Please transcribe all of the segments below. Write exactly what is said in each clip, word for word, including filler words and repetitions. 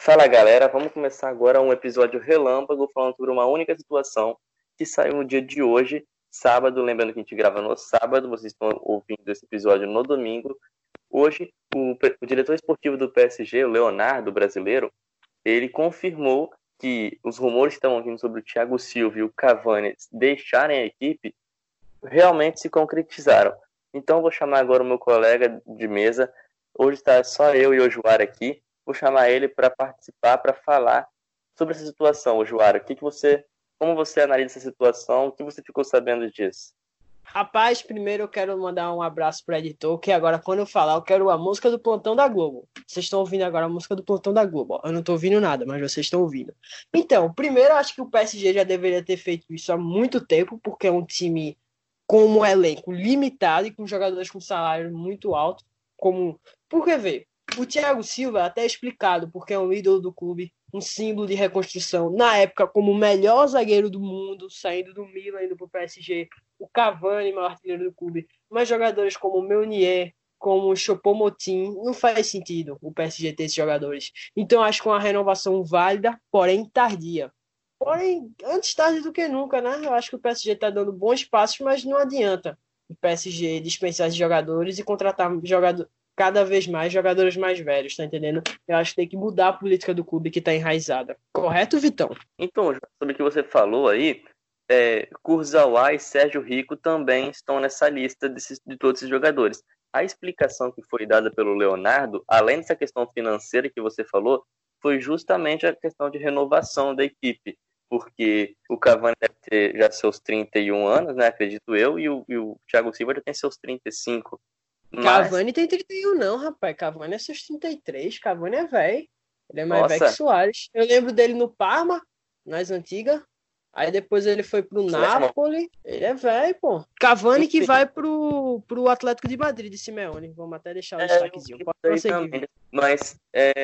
Fala galera, vamos começar agora um episódio relâmpago falando sobre uma única situação que saiu no dia de hoje, sábado. Lembrando que a gente grava no sábado, vocês estão ouvindo esse episódio no domingo. Hoje, o, o diretor esportivo do P S G, o Leonardo, brasileiro, ele confirmou que os rumores que estavam vindo sobre o Thiago Silva e o Cavani deixarem a equipe realmente se concretizaram. Então vou chamar agora o meu colega de mesa. Hoje está só eu e o Joara aqui. Vou chamar ele para participar, para falar sobre essa situação. Joara, o que, que você, como você analisa essa situação? O que você ficou sabendo disso? Rapaz, primeiro eu quero mandar um abraço pro editor, que agora quando eu falar, eu quero a música do Plantão da Globo. Vocês estão ouvindo agora a música do Plantão da Globo. Ó. Eu não estou ouvindo nada, mas vocês estão ouvindo. Então, primeiro eu acho que o P S G já deveria ter feito isso há muito tempo, porque é um time com um elenco limitado e com jogadores com salário muito alto. Como... Porque, vê, o Thiago Silva é até explicado, porque é um ídolo do clube, um símbolo de reconstrução. Na época, como o melhor zagueiro do mundo, saindo do Milan, indo pro P S G, o Cavani, maior artilheiro do clube, mas jogadores como o Meunier, como o Choupo-Moting, não faz sentido o P S G ter esses jogadores. Então, acho que é uma renovação válida, porém tardia. Porém, antes tarde do que nunca, né? Eu acho que o P S G está dando bons passos, mas não adianta o P S G dispensar esses jogadores e contratar jogador, cada vez mais jogadores mais velhos, tá entendendo? Eu acho que tem que mudar a política do clube que está enraizada. Correto, Vitão? Então, sobre o que você falou aí, é, Kurzawa e Sérgio Rico também estão nessa lista desses, de todos esses jogadores. A explicação que foi dada pelo Leonardo, além dessa questão financeira que você falou, foi justamente a questão de renovação da equipe, porque o Cavani deve ter já seus trinta e um anos, né, acredito eu, e o, e o Thiago Silva já tem seus trinta e cinco. Mas, Cavani tem trinta e um, não, rapaz. Cavani é seus trinta e três. Cavani é velho. Ele é mais velho que nossa, Soares. Eu lembro dele no Parma, nas antigas. Aí depois ele foi pro Clermont, Napoli. Ele é velho, pô. Cavani que enfim, vai pro, pro Atlético de Madrid de Simeone. Vamos até deixar o é, eu destaquezinho. vi Pode isso aí prosseguir, também. Vitor. Mas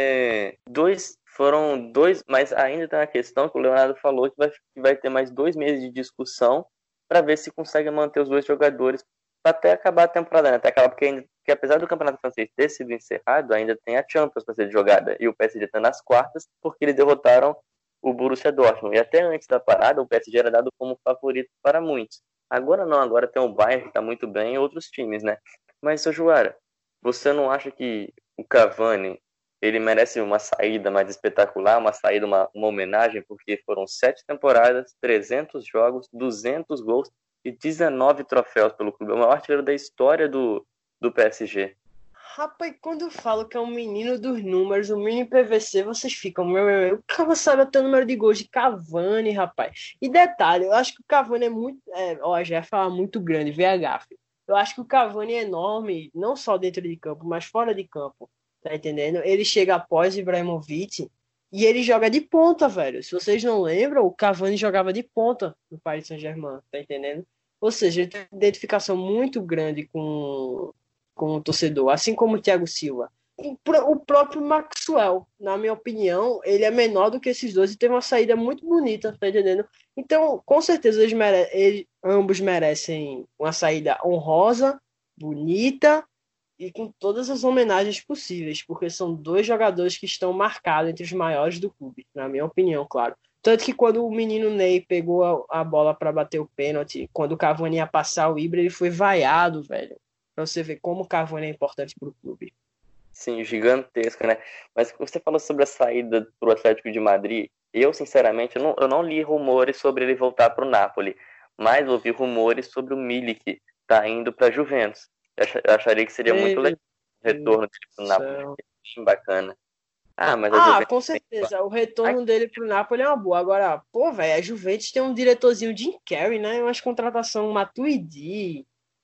é, dois foram dois, mas ainda tem a questão que o Leonardo falou que vai, que vai ter mais dois meses de discussão para ver se consegue manter os dois jogadores até acabar a temporada, né? Até acabar, porque, ainda, porque apesar do campeonato francês ter sido encerrado, ainda tem a Champions para ser jogada. E o P S G está nas quartas porque eles derrotaram o Borussia Dortmund. E até antes da parada, o P S G era dado como favorito para muitos. Agora não, agora tem o Bayern que está muito bem e outros times, né? Mas, seu Joara, você não acha que o Cavani ele merece uma saída mais espetacular, uma saída, uma, uma homenagem, porque foram sete temporadas, trezentos jogos, duzentos gols e dezenove troféus pelo clube. É o maior artilheiro da história do, do P S G. Rapaz, quando eu falo que é um menino dos números, um mini P V C, vocês ficam, meu, meu, meu. O cara sabe até o número de gols de Cavani, rapaz. E detalhe, eu acho que o Cavani é muito. É, ó, já ia falar muito grande, V H. Filho. Eu acho que o Cavani é enorme, não só dentro de campo, mas fora de campo. Tá entendendo? Ele chega após Ibrahimovic e ele joga de ponta, velho. Se vocês não lembram, o Cavani jogava de ponta no Paris Saint-Germain, tá entendendo? Ou seja, ele tem uma identificação muito grande com com o torcedor, assim como o Thiago Silva. O próprio Maxwell, na minha opinião, ele é menor do que esses dois e tem uma saída muito bonita, tá entendendo? Então, com certeza, eles, mere eles ambos merecem uma saída honrosa, bonita e com todas as homenagens possíveis, porque são dois jogadores que estão marcados entre os maiores do clube, na minha opinião, claro. Tanto que quando o menino Ney pegou a, a bola para bater o pênalti, quando o Cavani ia passar o Ibra, ele foi vaiado, velho. Pra você ver como o Cavani é importante pro clube. Sim, gigantesco, né? Mas você falou sobre a saída pro Atlético de Madrid. Eu, sinceramente, eu não, eu não li rumores sobre ele voltar pro Napoli, mas ouvi rumores sobre o Milik tá indo pra Juventus. Eu, ach, eu acharia que seria muito Meu legal o retorno dele pro Deus do Napoli. céu. Bem bacana. Ah, mas a Ah, Juventus com tem... certeza. O retorno dele pro Napoli é uma boa. Agora, pô, velho, a Juventus tem um diretorzinho Jim Carrey, né? Umas contratação Matuidi,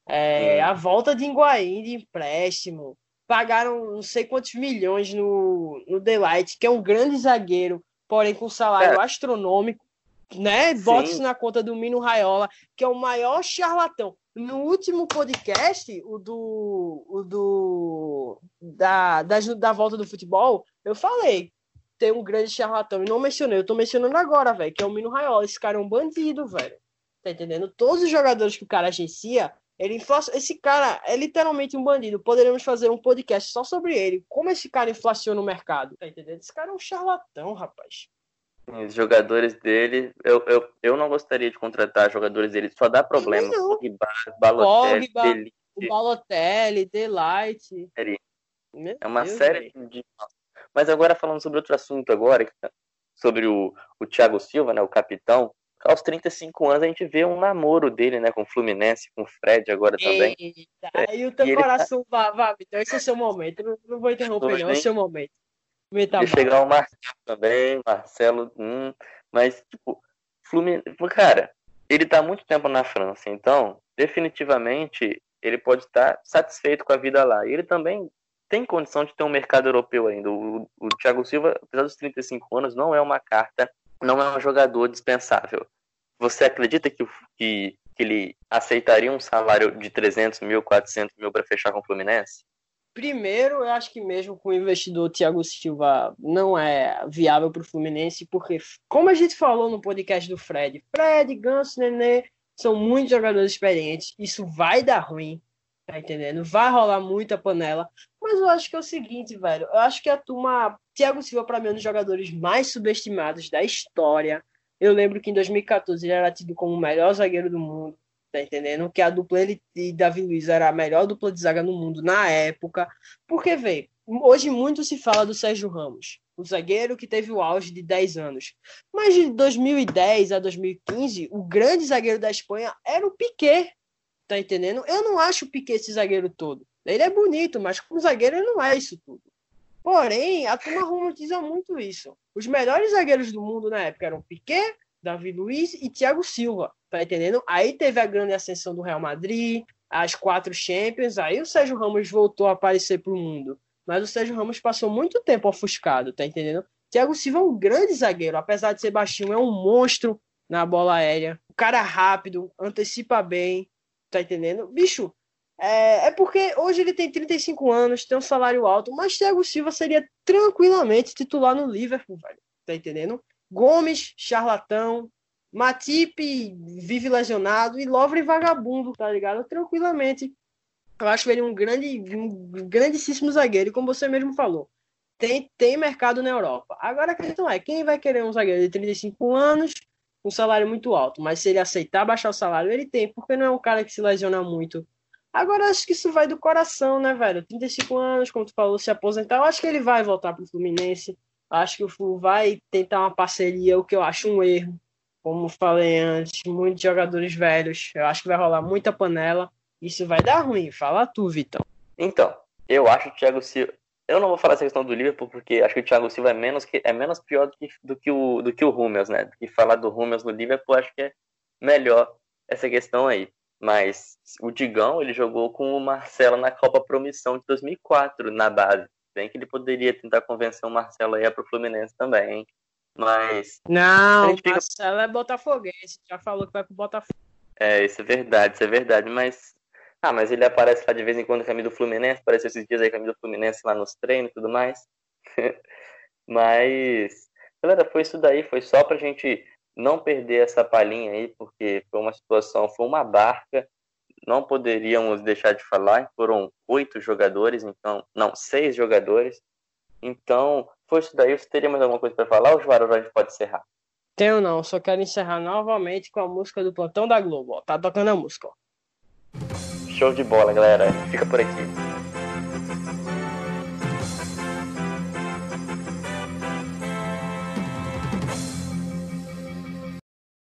é, Sim, a volta de Higuaín de empréstimo. Pagaram não sei quantos milhões no, no Delight, que é um grande zagueiro, porém com salário cara, astronômico, né? Bota sim, isso na conta do Mino Raiola, que é o maior charlatão. No último podcast, o do, o do da, da, da volta do futebol, eu falei, tem um grande charlatão, e não mencionei, eu tô mencionando agora, velho, que é o Mino Raiola. Esse cara é um bandido, velho. Tá entendendo? Todos os jogadores que o cara agencia Ele infla... Esse cara é literalmente um bandido. Poderíamos fazer um podcast só sobre ele. Como esse cara inflaciona o mercado? Tá entendendo? Esse cara é um charlatão, rapaz. Os jogadores dele, eu, eu, eu não gostaria de contratar jogadores dele, só dá problema. Pogba, Balotelli, Delite, o Balotelli, Delight. É uma Deus série Deus. de... Mas agora falando sobre outro assunto agora, sobre o, o Thiago Silva, né, o capitão. Aos trinta e cinco anos a gente vê um namoro dele, né, com o Fluminense, com o Fred agora também. Eita, é, aí o teu coração tá... vá, vá, então esse é o seu momento. Não, não vou interromper, não, é o seu momento. E chegar o Marcelo também, Marcelo, hum, mas, tipo, Fluminense, cara, ele tá há muito tempo na França, então, definitivamente, ele pode estar satisfeito com a vida lá. E ele também tem condição de ter um mercado europeu ainda. O, o Thiago Silva, apesar dos trinta e cinco anos, não é uma carta, não é um jogador dispensável. Você acredita que, que, que ele aceitaria um salário de trezentos mil, quatrocentos mil para fechar com o Fluminense? Primeiro, eu acho que mesmo com o investidor Thiago Silva não é viável para o Fluminense, porque, como a gente falou no podcast do Fred, Fred, Ganso, Nenê, são muitos jogadores experientes. Isso vai dar ruim, tá entendendo? Vai rolar muita panela. Mas eu acho que é o seguinte, velho. Eu acho que a turma... Thiago Silva, para mim, é um dos jogadores mais subestimados da história. Eu lembro que em dois mil e catorze ele era tido como o melhor zagueiro do mundo. Tá entendendo? Que a dupla ele e Davi Luiz era a melhor dupla de zaga no mundo na época. Porque, vê, hoje muito se fala do Sérgio Ramos, o zagueiro que teve o auge de dez anos. Mas de dois mil e dez a dois mil e quinze, o grande zagueiro da Espanha era o Piqué. Tá entendendo? Eu não acho o Piqué esse zagueiro todo. Ele é bonito, mas como zagueiro ele não é isso tudo. Porém, a turma romantiza muito isso. Os melhores zagueiros do mundo na época eram Piqué, Davi Luiz e Thiago Silva, tá entendendo? Aí teve a grande ascensão do Real Madrid, as quatro Champions, aí o Sérgio Ramos voltou a aparecer pro mundo. Mas o Sérgio Ramos passou muito tempo ofuscado, tá entendendo? Thiago Silva é um grande zagueiro, apesar de ser baixinho, é um monstro na bola aérea. O cara é rápido, antecipa bem, tá entendendo? Bicho, é, é porque hoje ele tem trinta e cinco anos, tem um salário alto, mas Thiago Silva seria tranquilamente titular no Liverpool, velho, tá entendendo? Gomes, charlatão, Matip vive lesionado e Lovre vagabundo, tá ligado? Tranquilamente. Eu acho ele um grande, um grandíssimo zagueiro, e como você mesmo falou, tem, tem mercado na Europa. Agora a questão é, quem vai querer um zagueiro de trinta e cinco anos, com um salário muito alto? Mas se ele aceitar baixar o salário, ele tem, porque não é um cara que se lesiona muito. Agora acho que isso vai do coração, né, velho? trinta e cinco anos, como tu falou, se aposentar, eu acho que ele vai voltar pro Fluminense. Acho que o Flu vai tentar uma parceria, o que eu acho um erro. Como falei antes, muitos jogadores velhos. Eu acho que vai rolar muita panela. Isso vai dar ruim. Fala tu, Vitão. Então, eu acho que o Thiago Silva... Eu não vou falar essa questão do Liverpool, porque acho que o Thiago Silva é menos, que... é menos pior do que, do que o, do que o Hummels, né? Do que falar do Hummels no Liverpool, acho que é melhor essa questão aí. Mas o Digão, ele jogou com o Marcelo na Copa Promissão de dois mil e quatro, na base. Bem que ele poderia tentar convencer o Marcelo aí pro Fluminense também, hein? Mas... Não, o fica... Marcelo é botafoguense. Já falou que vai pro Botafogo. É, isso é verdade, isso é verdade. Mas... Ah, mas ele aparece lá de vez em quando com a camisa do Fluminense. Apareceu esses dias aí com a camisa do Fluminense lá nos treinos e tudo mais. Mas... Galera, foi isso daí. Foi só pra gente não perder essa palhinha aí, porque foi uma situação, foi uma barca. Não poderíamos deixar de falar, foram oito jogadores, então, não, seis jogadores. Então, foi isso daí. Você teria mais alguma coisa para falar ou o Juarez a gente pode encerrar? Tenho não, só quero encerrar novamente com a música do Plantão da Globo. Ó. Tá tocando a música, ó. Show de bola, galera. Fica por aqui.